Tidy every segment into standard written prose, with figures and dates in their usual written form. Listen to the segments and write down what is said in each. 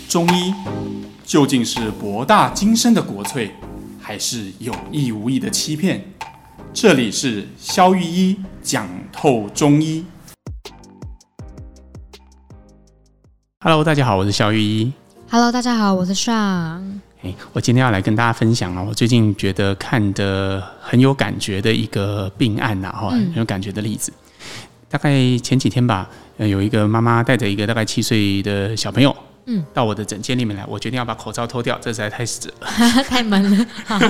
中医究竟是博大精深的国粹，还是有意无意的欺骗？这里是萧御医讲透中医。Hello， 大家好，我是萧御医。 Hello， 大家好，我是尚。 我今天要来跟大家分享我最近觉得看得很有感觉的一个病案很有感觉的例子。大概前几天吧，有一个妈妈带着一个大概7岁的小朋友，到我的诊间里面来，我决定要把口罩脱掉，这实在太死了， 太闷了。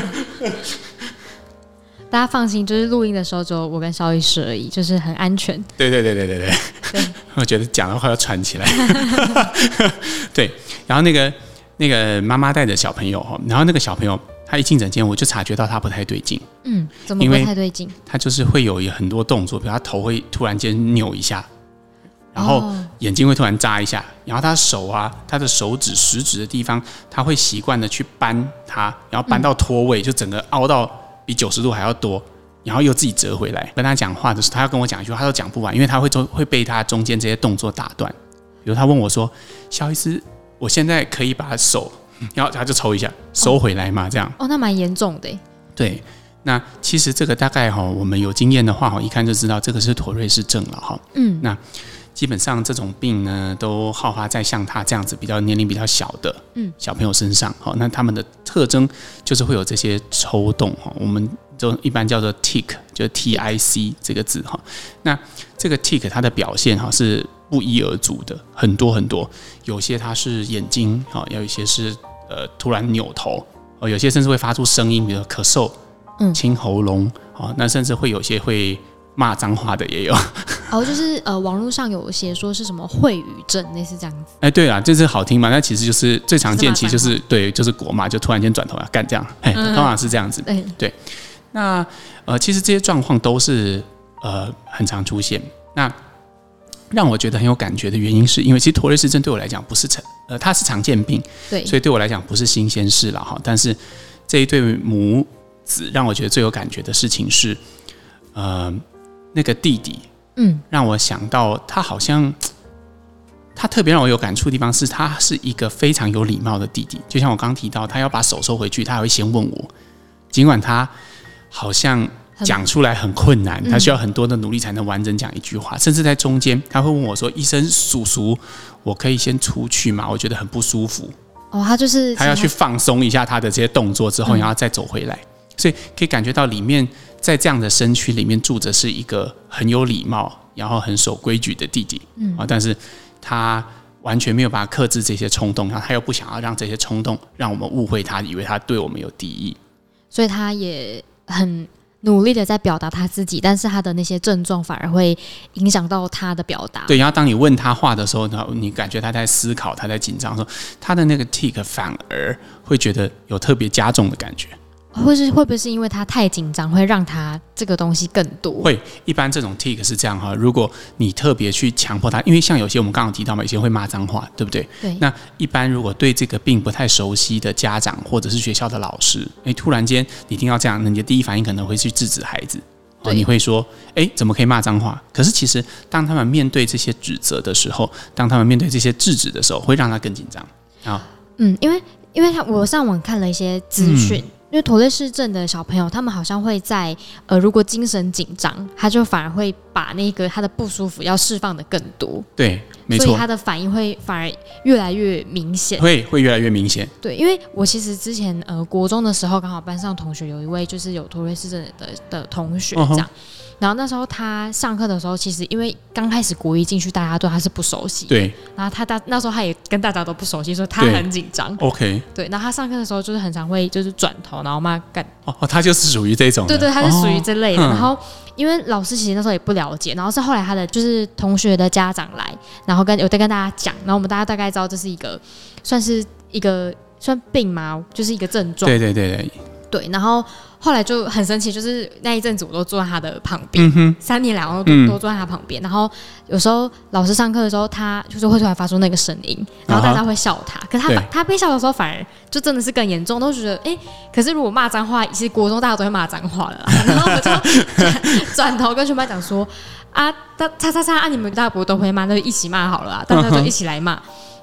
大家放心，就是录音的时候只有我跟萧医师而已，就是很安全。 对，我觉得讲的话要传起来。对，然后那个妈妈带着小朋友，然后那个小朋友他一进诊间，我就察觉到他不太对劲。 怎么不太对劲？ 他就是会有很多动作，比如他头会突然间扭一下，然后眼睛会突然眨一下，然后他手他的手指食指的地方，他会习惯的去扳它，然后扳到脱位，就整个凹到比90度还要多，然后又自己折回来。跟他讲话的时候，他要跟我讲一句话，他都讲不完，因为他会被他中间这些动作打断。比如他问我说：“萧医师，我现在可以把手，然后他就抽一下收回来嘛？这样那蛮严重的。 对，那其实这个大概我们有经验的话，一看就知道这个是妥瑞氏症了那基本上这种病呢，都好发在像他这样子比较年龄比较小的小朋友身上。那他们的特征就是会有这些抽动，我们就一般叫做 tic， 就是 TIC 这个字。那这个 tic 它的表现是不一而足的，很多很多，有些它是眼睛，有一些是突然扭头，有些甚至会发出声音，比如咳嗽、清喉咙，那甚至会有些会骂脏话的也有。 就是网络上有写说是什么秽语症，类似这样子。 对啦，这是好听嘛？那其实就是最常见，其实就是对，就是国骂，就突然间转头干这样，通常是这样子。对，那其实这些状况都是很常出现。那让我觉得很有感觉的原因，是因为其实妥瑞氏症对我来讲不是它是常见病，对，所以对我来讲不是新鲜事了哈。但是这一对母子让我觉得最有感觉的事情是，那个弟弟，让我想到他好像，他特别让我有感触的地方是，他是一个非常有礼貌的弟弟。就像我刚刚提到，他要把手收回去，他还会先问我，尽管他好像讲出来很困难，他需要很多的努力才能完整讲一句话，甚至在中间他会问我说：“医生叔叔，我可以先出去吗？我觉得很不舒服。”他要去放松一下他的这些动作之后，然后再走回来。所以可以感觉到里面在这样的身躯里面住着是一个很有礼貌，然后很守规矩的弟弟。但是他完全没有办法克制这些冲动，然后他又不想要让这些冲动让我们误会他，以为他对我们有敌意，所以他也很努力的在表达他自己，但是他的那些症状反而会影响到他的表达。 对，然后当你问他话的时候，你感觉他在思考，他在紧张的时候，他的那个 tic 反而会觉得有特别加重的感觉。 会不会是因为他太紧张，会让他这个东西更多？ 会，一般这种 tic 是这样如果你特别去强迫他，因为像有些我们刚刚提到嘛，有些会骂脏话，对不对？对。那一般如果对这个病不太熟悉的家长或者是学校的老师，突然间你听到这样，你的第一反应可能会去制止孩子。你会说，怎么可以骂脏话？可是其实当他们面对这些指责的时候，当他们面对这些制止的时候，会让他更紧张。 因为我上网看了一些资讯。因为妥瑞氏症的小朋友，他们好像会在如果精神紧张，他就反而会把那个他的不舒服要释放的更多。对，没错，所以他的反应会反而越来越明显，会越来越明显。 对，因为我其实之前国中的时候，刚好班上同学有一位就是有妥瑞氏症的同学这样。然后那时候他上课的时候，其实因为刚开始国一进去，大家对他是不熟悉，对。然后那时候他也跟大家都不熟悉，所以他很紧张。OK， 对。然后他上课的时候就是很常会就是转头，然后骂干。他就是属于这种的。对，他是属于这类的。然后因为老师其实那时候也不了解，然后是后来他的就是同学的家长来，然后有在跟大家讲，然后我们大家大概知道这是一个算病吗？就是一个症状。对，然后后来就很神奇，就是那一阵子我都坐在他的旁边，3年来我都坐在他旁边。然后有时候老师上课的时候，他就是会突然发出那个声音，然后大家会笑他。可是他被笑的时候，反而就真的是更严重，都觉得可是如果骂脏话，其实国中大家都会骂脏话了啦。然后我就转头跟全班讲说：“啊，你们大家不都会骂，就一起骂好了啊，大家就一起来骂。”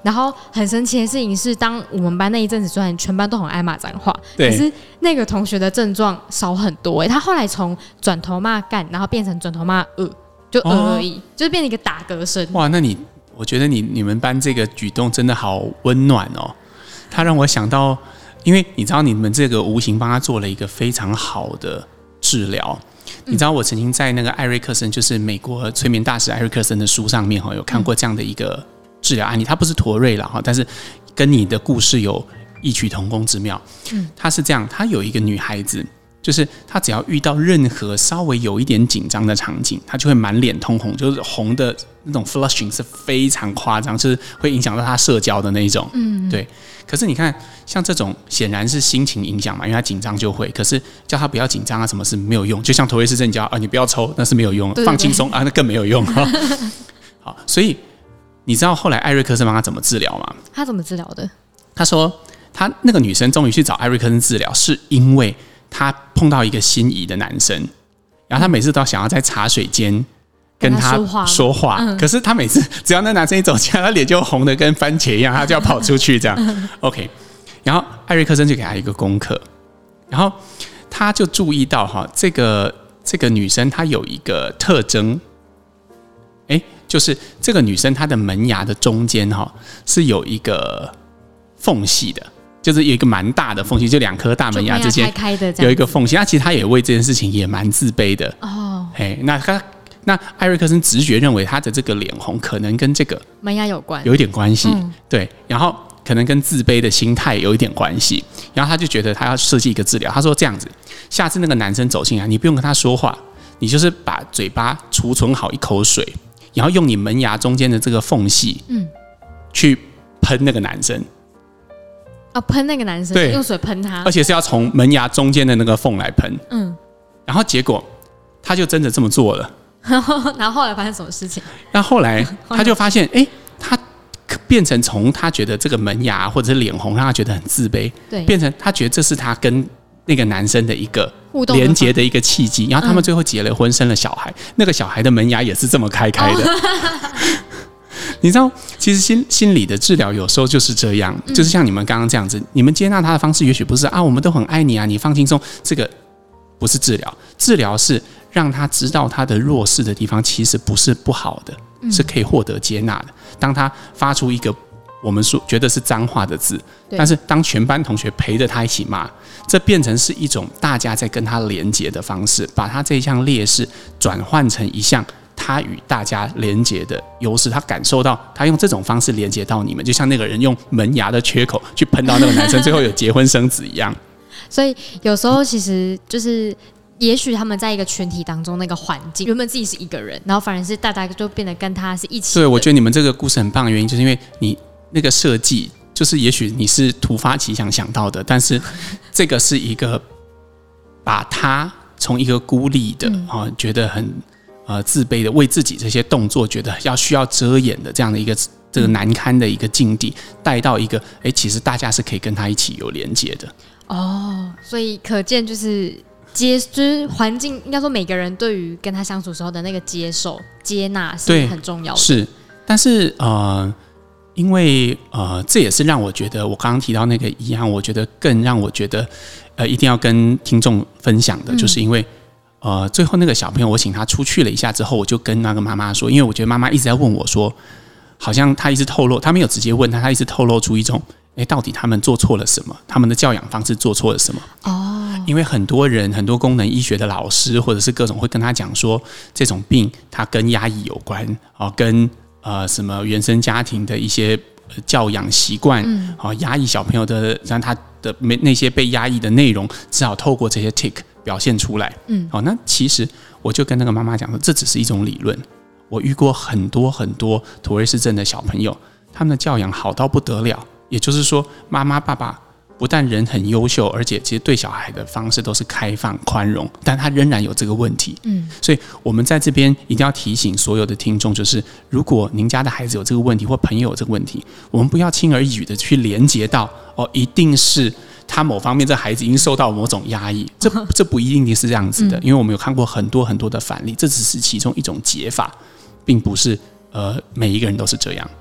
然后很神奇的事情是，当我们班那一阵子，虽然全班都很爱骂脏话，可是那个同学的症状少很多他后来从转头骂干，然后变成转头骂就而已，就是变成一个打嗝声。 哇，那我觉得你们班这个举动真的好温暖哦，它让我想到，因为你知道你们这个无形帮他做了一个非常好的治疗。你知道我曾经在那个艾瑞克森，就是美国催眠大师艾瑞克森的书上面有看过这样的一个治疗案例，他不是妥瑞啦，但是跟你的故事有异曲同工之妙。他是这样，他有一个女孩子，就是他只要遇到任何稍微有一点紧张的场景，他就会满脸通红，就是红的那种 flushing 是非常夸张，就是会影响到他社交的那一种。对。可是你看，像这种显然是心情影响嘛，因为他紧张就会。可是叫他不要紧张啊，什么是没有用？就像妥瑞氏症，你叫你不要抽，那是没有用；放轻松啊，那更没有用。好，所以你知道后来艾瑞克森帮他怎么治疗吗？ 他怎么治疗的？ 他说，他那个女生终于去找艾瑞克森治疗，是因为他碰到一个心仪的男生，然后他每次都想要在茶水间跟他说话，可是他每次只要那男生一走进来，他脸就红的跟番茄一样，他就要跑出去这样。OK， 然后艾瑞克森就给他一个功课，然后他就注意到这个女生她有一个特征，就是这个女生她的门牙的中间是有一个缝隙的。就是有一个蛮大的缝隙，就2颗大门牙之间有一个缝隙。其实他也为这件事情也蛮自卑的。那艾瑞克森直觉认为他的这个脸红可能跟这个门牙有关， 有一点关系。对，然后可能跟自卑的心态有一点关系。然后他就觉得他要设计一个治疗。他说这样子，下次那个男生走进来，你不用跟他说话，你就是把嘴巴储存好一口水，然后用你门牙中间的这个缝隙，去喷那个男生。 喷那个男生，用水喷他， 而且是要从门牙中间的那个缝来喷。然后结果他就真的这么做了。 然后后来发生什么事情？ 那后来他就发现，他变成从他觉得这个门牙或者是脸红让他觉得很自卑，变成他觉得这是他跟那个男生的一个连结的一个契机。然后他们最后结了婚，生了小孩，那个小孩的门牙也是这么开的。你知道，其实心理的治疗有时候就是这样，就是像你们刚刚这样子，你们接纳他的方式也许不是我们都很爱你啊，你放轻松，这个不是治疗。治疗是让他知道他的弱势的地方其实不是不好的，是可以获得接纳的。当他发出一个我们说觉得是脏话的字，但是当全班同学陪着他一起骂，这变成是一种大家在跟他连结的方式，把他这一项劣势转换成一项他与大家连结的优势。他感受到他用这种方式连结到你们，就像那个人用门牙的缺口去喷到那个男生，最后有结婚生子一样。 所以有时候其实就是也许他们在一个群体当中，那个环境原本自己是一个人，然后反而是大家就变得跟他是一起的。 对，我觉得你们这个故事很棒的原因，就是因为你那个设计，就是也许你是突发奇想想到的，但是这个是一个把他从一个孤立的觉得很自卑的，为自己这些动作觉得需要遮掩的这样的一个这个难堪的一个境地，带到一个其实大家是可以跟他一起有连接的。 所以可见就是就是环境，应该说每个人对于跟他相处时候的那个接受、接纳是很重要的。 是，但是因为这也是让我觉得我刚刚提到那个一样，我觉得更让我觉得一定要跟听众分享的，就是因为最后那个小朋友我请他出去了一下之后，我就跟那个妈妈说，因为我觉得妈妈一直在问我说，好像他一直透露，他没有直接问他一直透露出一种到底他们做错了什么，他们的教养方式做错了什么。因为很多人很多功能医学的老师或者是各种会跟他讲说，这种病它跟压抑有关跟什么原生家庭的一些教养习惯压抑小朋友的，让他的那些被压抑的内容只好透过这些 tick 表现出来。那其实我就跟那个妈妈讲说，这只是一种理论。我遇过很多很多妥瑞氏症的小朋友，他们的教养好到不得了，也就是说妈妈爸爸不但人很优秀，而且其实对小孩的方式都是开放宽容，但他仍然有这个问题。所以我们在这边一定要提醒所有的听众，就是如果您家的孩子有这个问题，或朋友有这个问题，我们不要轻而易举的去连结到一定是他某方面这孩子已经受到某种压抑，这不一定是这样子的。因为我们有看过很多很多的反例，这只是其中一种解法，并不是每一个人都是这样。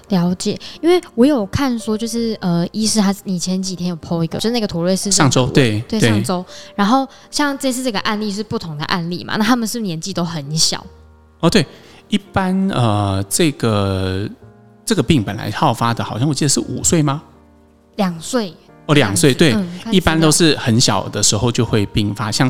了解，因为我有看说，就是医师你前几天有 po 一个，就是那个妥瑞氏症上周对上周，然后像这次这个案例是不同的案例嘛，那他们是不是年纪都很小？ 哦，对，一般这个病本来好发的，好像我记得是5岁吗 ？2岁。 哦，2岁，对，一般都是很小的时候就会并发，像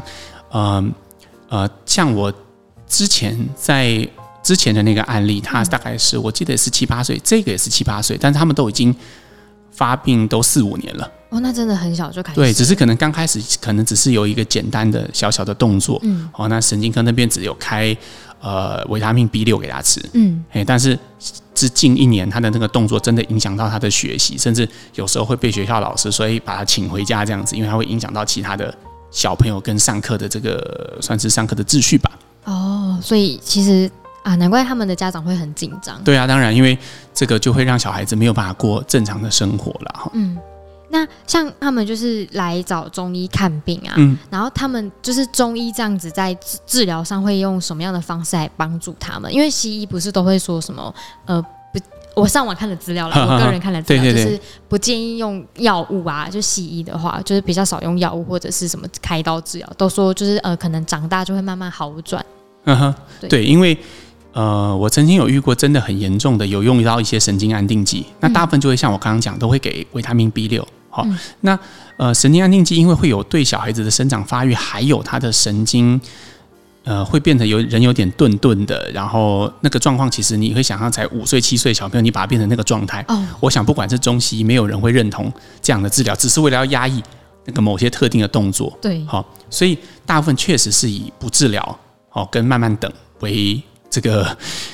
我之前的那个案例，他大概是我记得是7、8岁，这个也是7、8岁，但是他们都已经发病都4、5年了。 哦，那真的很小就开始。 对，只是可能刚开始可能只是有一个简单的小小的动作，那神经科那边只有开维他命 B6 给他吃，但是近1年他的那个动作真的影响到他的学习，甚至有时候会被学校老师所以把他请回家这样子，因为他会影响到其他的小朋友跟上课的这个算是上课的秩序吧。 哦，所以其实难怪他们的家长会很紧张。 对啊，当然，因为这个就会让小孩子没有办法过正常的生活了。 那像他们就是来找中医看病啊，然后他们就是中医这样子在治疗上会用什么样的方式来帮助他们？因为西医不是都会说什么我上网看的资料啦，我个人看的资料就是不建议用药物啊，就西医的话就是比较少用药物或者是什么开刀治疗，都说就是可能长大就会慢慢好转。 对，因为我曾经有遇过真的很严重的，有用到一些神经安定剂，那大部分就会像我刚刚讲，都会给维他命 B6。那神经安定剂因为会有对小孩子的生长发育，还有他的神经会变得人有点顿顿的，然后那个状况其实你会想象才5岁7岁小朋友，你把它变成那个状态，我想不管是中西医，没有人会认同这样的治疗，只是为了要压抑那个某些特定的动作。 对， 所以大部分确实是以不治疗跟慢慢等为这个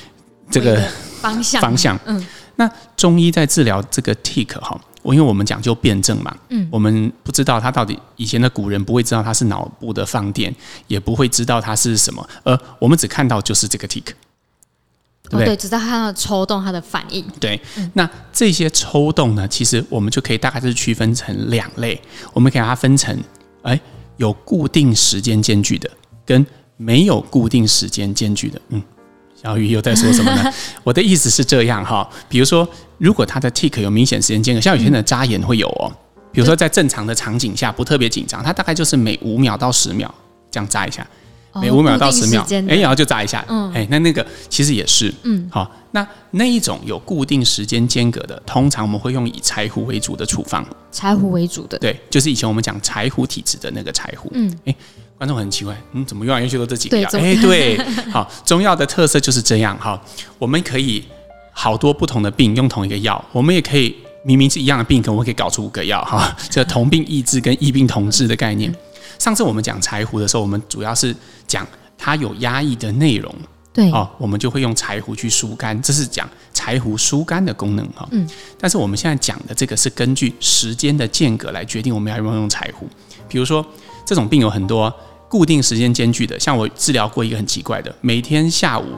方向。那中医在治疗这个 tic 因为我们讲究辩证嘛，我们不知道他到底，以前的古人不会知道它是脑部的放电，也不会知道它是什么，我们只看到就是这个 tic， 对不对？ 对，只知道它的抽动，它的反应。 对，那这些抽动呢，其实我们就可以大概是区分成2类，我们可以把它分成，有固定时间间距的，跟没有固定时间间距的。小雨又在说什么呢？我的意思是这样比如说，如果他的 tic 有明显时间间隔，像有些人的眨眼会有比如说在正常的场景下不特别紧张，他大概就是每5秒到10秒这样眨一下，每5秒到10秒，然后就眨一下，那个其实也是，那一种有固定时间间隔的，通常我们会用以柴胡为主的处方， 柴胡为主的， 对，就是以前我们讲柴胡体质的那个柴胡，观众很奇怪，怎么越来越多这几个药？对，好，中药的特色就是这样我们可以好多不同的病用同一个药，我们也可以明明是一样的病，可我们可以搞出5个药这同病异治跟异病同治的概念。上次我们讲柴胡的时候，我们主要是讲它有压抑的内容， 对， 我们就会用柴胡去疏肝，这是讲柴胡疏肝的功能但是我们现在讲的这个是根据时间的间隔来决定我们要用柴胡。比如说这种病有很多固定时间间距的，像我治疗过一个很奇怪的，每天下午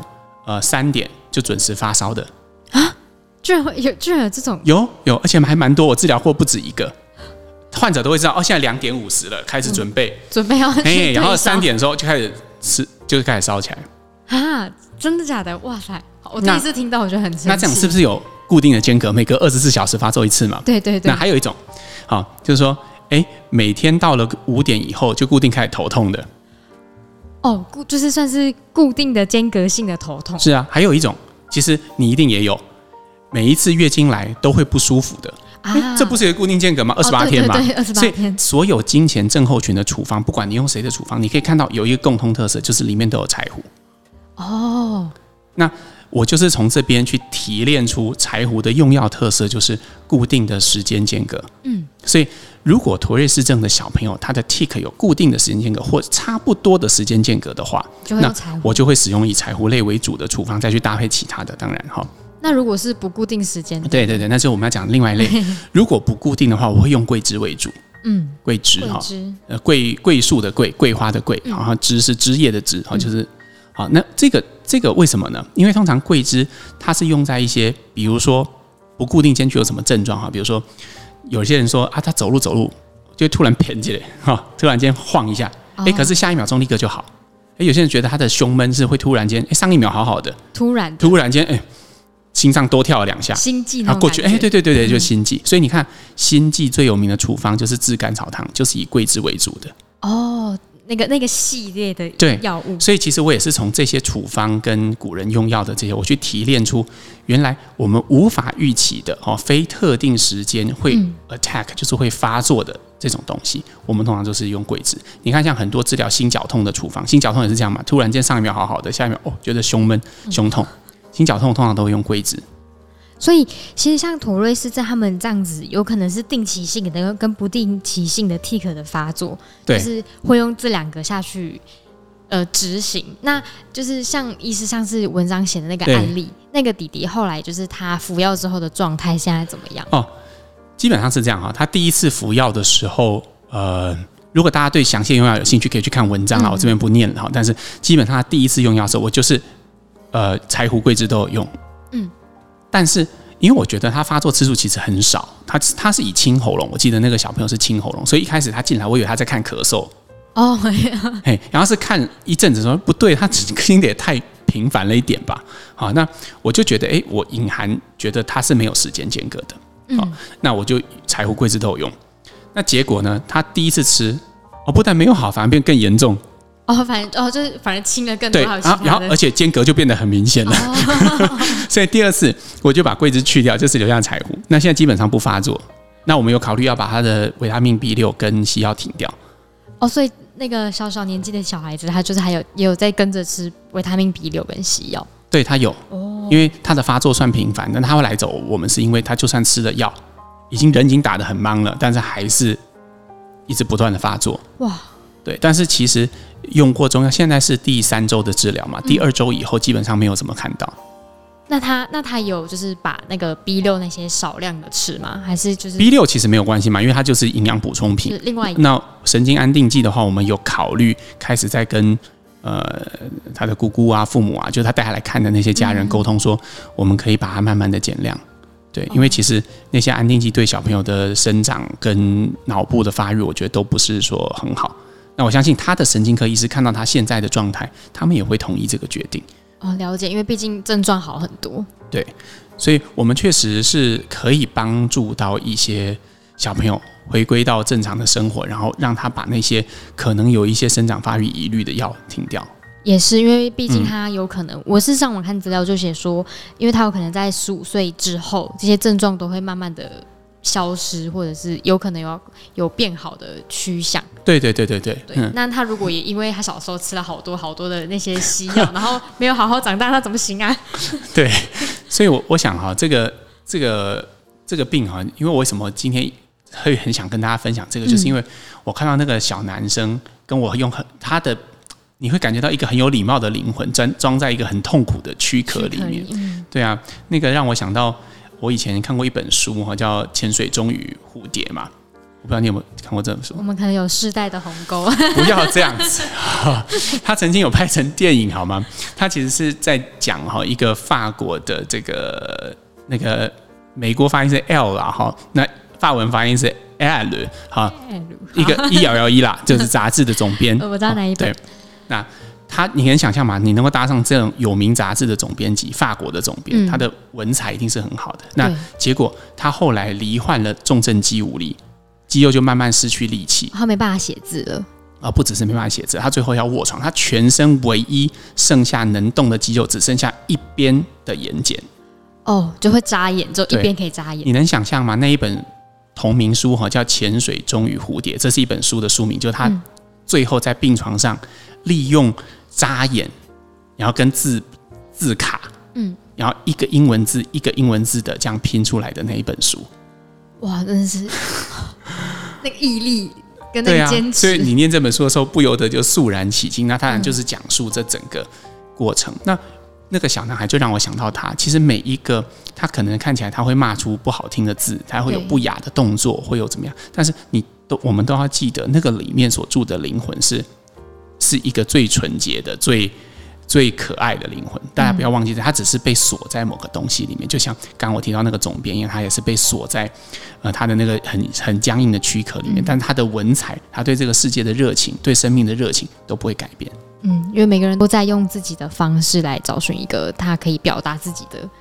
3点就准时发烧的居然有这种， 有，而且还蛮多，我治疗过不止一个。患者都会知道现在2点50了，开始准备要去然后3点的时候就开始吃，就是开始烧起来真的假的？哇塞！我第一次听到，我觉得很神奇。 那这样是不是有固定的间隔，每隔24小时发作一次嘛？ 对。 那还有一种就是说每天到了5点以后就固定开始头痛的就是算是固定的间隔性的头痛。 是啊，还有一种其实你一定也有，每一次月经来都会不舒服的这不是一个固定间隔吗？28天嘛， 对，28天。 所以所有经前症候群的处方，不管你用谁的处方，你可以看到有一个共通特色，就是里面都有柴胡那我就是从这边去提炼出柴胡的用药特色，就是固定的时间间隔所以如果妥瑞氏症的小朋友他的 tic 有固定的时间间隔或差不多的时间间隔的话，那我就会使用以柴胡类为主的处方，再去搭配其他的。当然那如果是不固定时间， 对，那是我们要讲另外一类如果不固定的话，我会用桂枝为主桂枝桂树的桂，桂花的桂，然后枝是枝叶的枝就是那这个为什么呢？因为通常桂枝它是用在一些比如说不固定间距有什么症状比如说有些人说他走路就突然偏起来突然间晃一下可是下一秒钟立刻就好有些人觉得他的胸闷是会突然间上一秒好好的突然间心脏多跳了2下， 心悸那种感觉， 然后过去，对，就心悸。所以你看，心悸最有名的处方就是炙甘草汤，就是以桂枝为主的。 哦，那个系列的药物。 所以其实我也是从这些处方跟古人用药的这些，我去提炼出原来我们无法预期的非特定时间会 attack，就是会发作的这种东西，我们通常都是用桂枝。你看，像很多治疗心绞痛的处方，心绞痛也是这样嘛，突然间上一秒好好的，下一秒觉得胸闷、胸痛。心绞痛通常都会用桂枝， 所以其实像妥瑞氏症他们这样子，有可能是定期性的跟不定期性的 tic 的发作，就是会用这2个下去执行。那就是像医师上次文章写的那个案例，那个弟弟后来就是他服药之后的状态现在怎么样？ 基本上是这样哈。他第一次服药的时候，如果大家对详细用药有兴趣，可以去看文章啦，我这边不念了哈。但是基本上他第一次用药的时候，我就是柴胡、桂枝都有用，但是因为我觉得他发作次数其实很少，他是以清喉咙，我记得那个小朋友是清喉咙，所以一开始他进来，我以为他在看咳嗽，然后是看一阵子说不对，他听得也太频繁了一点吧，好，那我就觉得我隐含觉得他是没有时间间隔的，那我就柴胡、桂枝都有用，那结果呢，他第一次吃，不但没有好，反而变更严重。 就是反正清了更多， 对，然后而且间隔就变得很明显了，所以第2次我就把桂枝去掉，就是留下柴胡。那现在基本上不发作。那我们有考虑要把他的维他命 B6 跟西药停掉。 所以那个小年纪的小孩子，他就是也有在跟着吃维他命 B6 跟西药。 对，他有，因为他的发作算频繁，但他会来走我们是因为他就算吃了药，人已经打得很忙了，但是还是一直不断的发作。哇！对，但是其实用过中药，现在是第3周的治疗嘛，第2周以后基本上没有怎么看到。 那他有就是把那个 B6 那些少量的吃吗？还是就是 B6 其实没有关系嘛，因为它就是营养补充品。 另外一个， 那神经安定剂的话，我们有考虑开始在跟他的姑姑啊、父母啊，就是他带他来看的那些家人沟通说，我们可以把它慢慢的减量。对，因为其实那些安定剂对小朋友的生长跟脑部的发育，我觉得都不是说很好。那我相信他的神经科医师看到他现在的状态，他们也会同意这个决定。 了解，因为毕竟症状好很多。 对，所以我们确实是可以帮助到一些小朋友回归到正常的生活，然后让他把那些可能有一些生长发育疑虑的药停掉。 也是因为毕竟他有可能，我是上网看资料就写说，因为他有可能在15岁之后，这些症状都会慢慢的消失，或者是有可能有变好的趋向。对。那他如果也因为他小时候吃了好多好多的那些西药，然后没有好好长大，他怎么行啊？ 对，所以我想哈，这个病哈，因为我为什么今天会很想跟大家分享这个，就是因为我看到那个小男生跟我用他的。你会感觉到一个很有礼貌的灵魂装在一个很痛苦的躯壳里面，对啊，那个让我想到我以前看过一本书叫《潜水钟与蝴蝶》嘛，我不知道你有没有看过这本书。我们可能有世代的鸿沟。 不要这样子，他曾经有拍成电影好吗？他其实是在讲一个法国的那个美国发音是 L 啦，那法文发音是 L 一个1111啦，就是杂志的总编。 我知道哪一本。 对，那你能想象吗？你能够搭上这种有名杂志的总编辑，法国的总编，他的文采一定是很好的。那结果他后来罹患了重症肌无力，肌肉就慢慢失去力气， 他没办法写字了。 不只是没办法写字，他最后要卧床，他全身唯一剩下能动的肌肉只剩下一边的眼睑。 就会眨眼，就一边可以眨眼。 你能想象吗？那一本同名书叫《潜水钟与蝴蝶》，这是一本书的书名，就是他最后在病床上利用眨眼，然后跟字卡，然后一个英文字一个英文字的这样拼出来的那一本书。 哇，真的是那个毅力跟那个坚持。 所以你念这本书的时候，不由得就肃然起敬。那当然就是讲述这整个过程。那个小男孩就让我想到他，其实每一个他可能看起来他会骂出不好听的字，他会有不雅的动作，会有怎么样？但是我们都要记得，那个里面所住的灵魂是一个最纯洁的、最可爱的灵魂。大家不要忘记，他只是被锁在某个东西里面，就像刚刚我提到那个总编，因为他也是被锁在他的那个很僵硬的躯壳里面，但他的文采，他对这个世界的热情，对生命的热情都不会改变。 因为每个人都在用自己的方式来找寻一个他可以表达自己的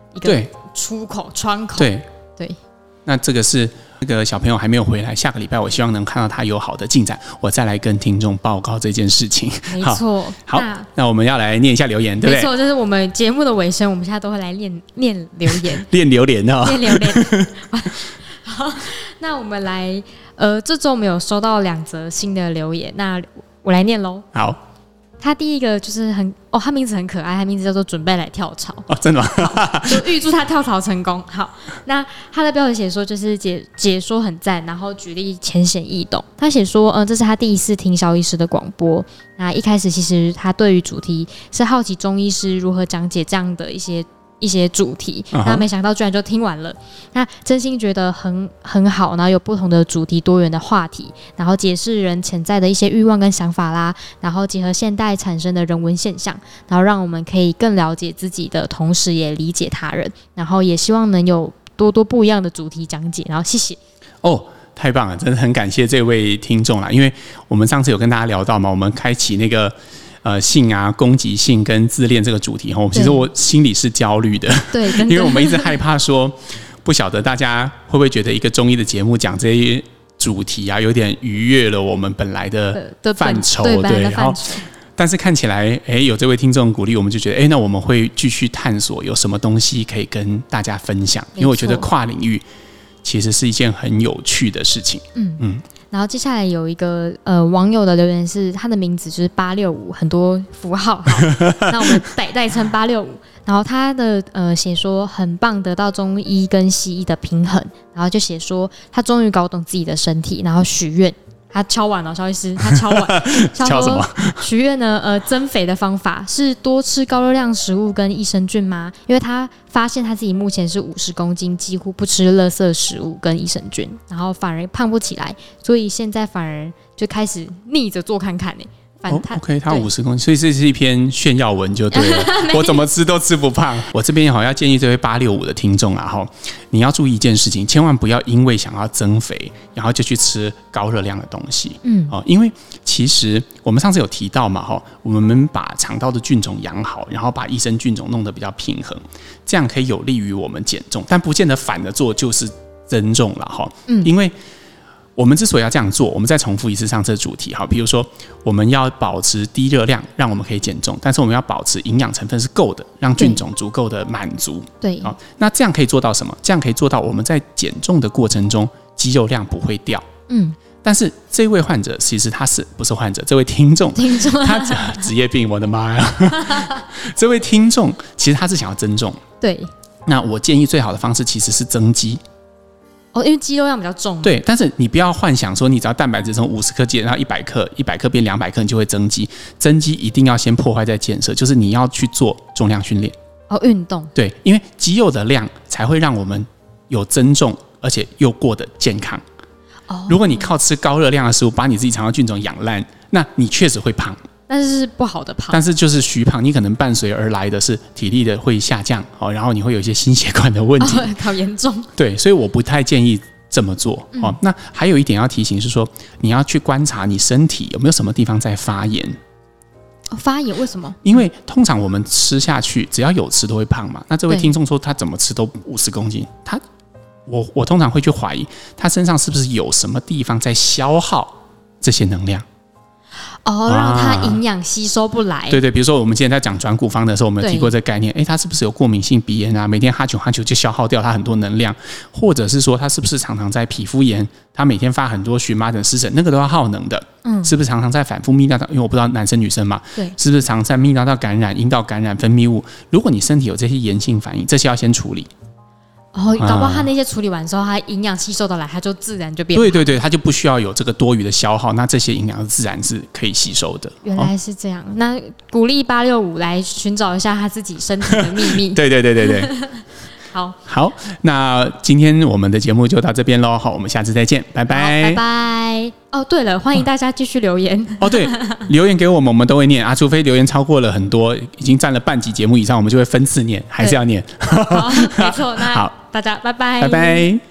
一个出口窗口。 对。那这个是那个小朋友还没有回来，下个礼拜我希望能看到他有好的进展，我再来跟听众报告这件事情。 没错。 好，那我们要来念一下留言，对不对？ 没错，这是我们节目的尾声，我们现在都会来念留言， 练榴莲哦， 练榴莲。好，那我们来，这周我们有收到2则新的留言，那我来念喽。 好。 他第一个就是他名字很可爱，他名字叫做准备来跳槽哦，真的吗？ 就预祝他跳槽成功。好，那他的标题写说就是解说很赞，然后举例浅显易懂。他写说，这是他第一次听萧医师的广播。那一开始其实他对于主题是好奇中医师如何讲解这样的一些主题，那没想到居然就听完了。那真心觉得很好，然后有不同的主题，多元的话题，然后解释人潜在的一些欲望跟想法啦，然后结合现代产生的人文现象，然后让我们可以更了解自己的同时也理解他人，然后也希望能有多不一样的主题讲解，然后谢谢。 哦，太棒了，真的很感谢这位听众啦，因为我们上次有跟大家聊到嘛，我们开启那个性啊、攻击性跟自恋这个主题，其实我心里是焦虑的， 对， 因为我们一直害怕说，不晓得大家会不会觉得一个中医的节目讲这些主题啊，有点逾越了我们本来的范畴，对，然后但是看起来，有这位听众鼓励，我们就觉得，那我们会继续探索有什么东西可以跟大家分享，因为我觉得跨领域其实是一件很有趣的事情。 然后接下来有一个网友的留言是，他的名字就是865，很多符号，那我们代称865。然后他的写说很棒，得到中医跟西医的平衡，然后就写说他终于搞懂自己的身体，然后许愿。他敲碗了，萧医师，他敲碗， 敲什么？ 许愿呢？增肥的方法是多吃高热量食物跟益生菌吗？因为他发现他自己目前是50公斤，几乎不吃垃圾食物跟益生菌，然后反而胖不起来，所以现在反而就开始逆着做看看呢。 OK， 他50公斤，所以这是一篇炫耀文就对了。我怎么吃都吃不胖。我这边要建议这位865的听众啊，你要注意一件事情，千万不要因为想要增肥，然后就去吃高热量的东西。因为其实我们上次有提到嘛，我们把肠道的菌种养好，然后把益生菌种弄得比较平衡，这样可以有利于我们减重，但不见得反着做就是增重了。因为我们之所以要这样做，我们再重复一次上次的主题，比如说我们要保持低热量，让我们可以减重，但是我们要保持营养成分是够的，让菌种足够的满足。 对， 那这样可以做到什么？这样可以做到我们在减重的过程中，肌肉量不会掉。但是这位患者其实他不是患者？这位听众他职业病，我的妈呀！这位听众其实他是想要增重。对，那我建议最好的方式其实是增肌。 因为肌肉量比较重。 对，但是你不要幻想说你只要蛋白质从50克减到100克，100克变200克，你就会增肌。增肌一定要先破坏再建设，就是你要去做重量训练。 运动。对， 因为肌肉的量才会让我们有增重，而且又过得健康。如果你靠吃高热量的食物把你自己肠道菌种养烂，那你确实会胖。 但是不好的胖， 但是就是虚胖，你可能伴随而来的是体力的会下降，然后你会有一些心血管的问题， 好严重。 对，所以我不太建议这么做。那还有一点要提醒是说，你要去观察你身体有没有什么地方在发炎。 发炎为什么？ 因为通常我们吃下去，只要有吃都会胖嘛。那这位听众说他怎么吃都50公斤，我通常会去怀疑他身上是不是有什么地方在消耗这些能量。 让它营养吸收不来。 对，比如说我们之前在讲转骨方的时候，我们有提过这个概念。他是不是有过敏性鼻炎啊？每天哈啾就消耗掉他很多能量，或者是说他是不是常常在皮肤炎？他每天发很多荨麻疹、湿疹，那个都要耗能的。是不是常常在反复泌尿道？因为我不知道男生女生嘛，对，是不是常在泌尿道感染、阴道感染、分泌物？如果你身体有这些炎性反应，这些要先处理。 搞不好他那些处理完之后，他营养吸收得来，他就自然就变。 对，他就不需要有这个多余的消耗，那这些营养自然是可以吸收的。 原来是这样，那鼓励865来寻找一下他自己身体的秘密。 对。好，那今天我们的节目就到这边咯。好，我们下次再见，拜拜。 拜拜。对了，欢迎大家继续留言。 对，留言给我们都会念啊，除非留言超过了很多，已经占了半集节目以上，我们就会分次念，还是要念。 好，没错。那好，大家拜拜， 拜拜。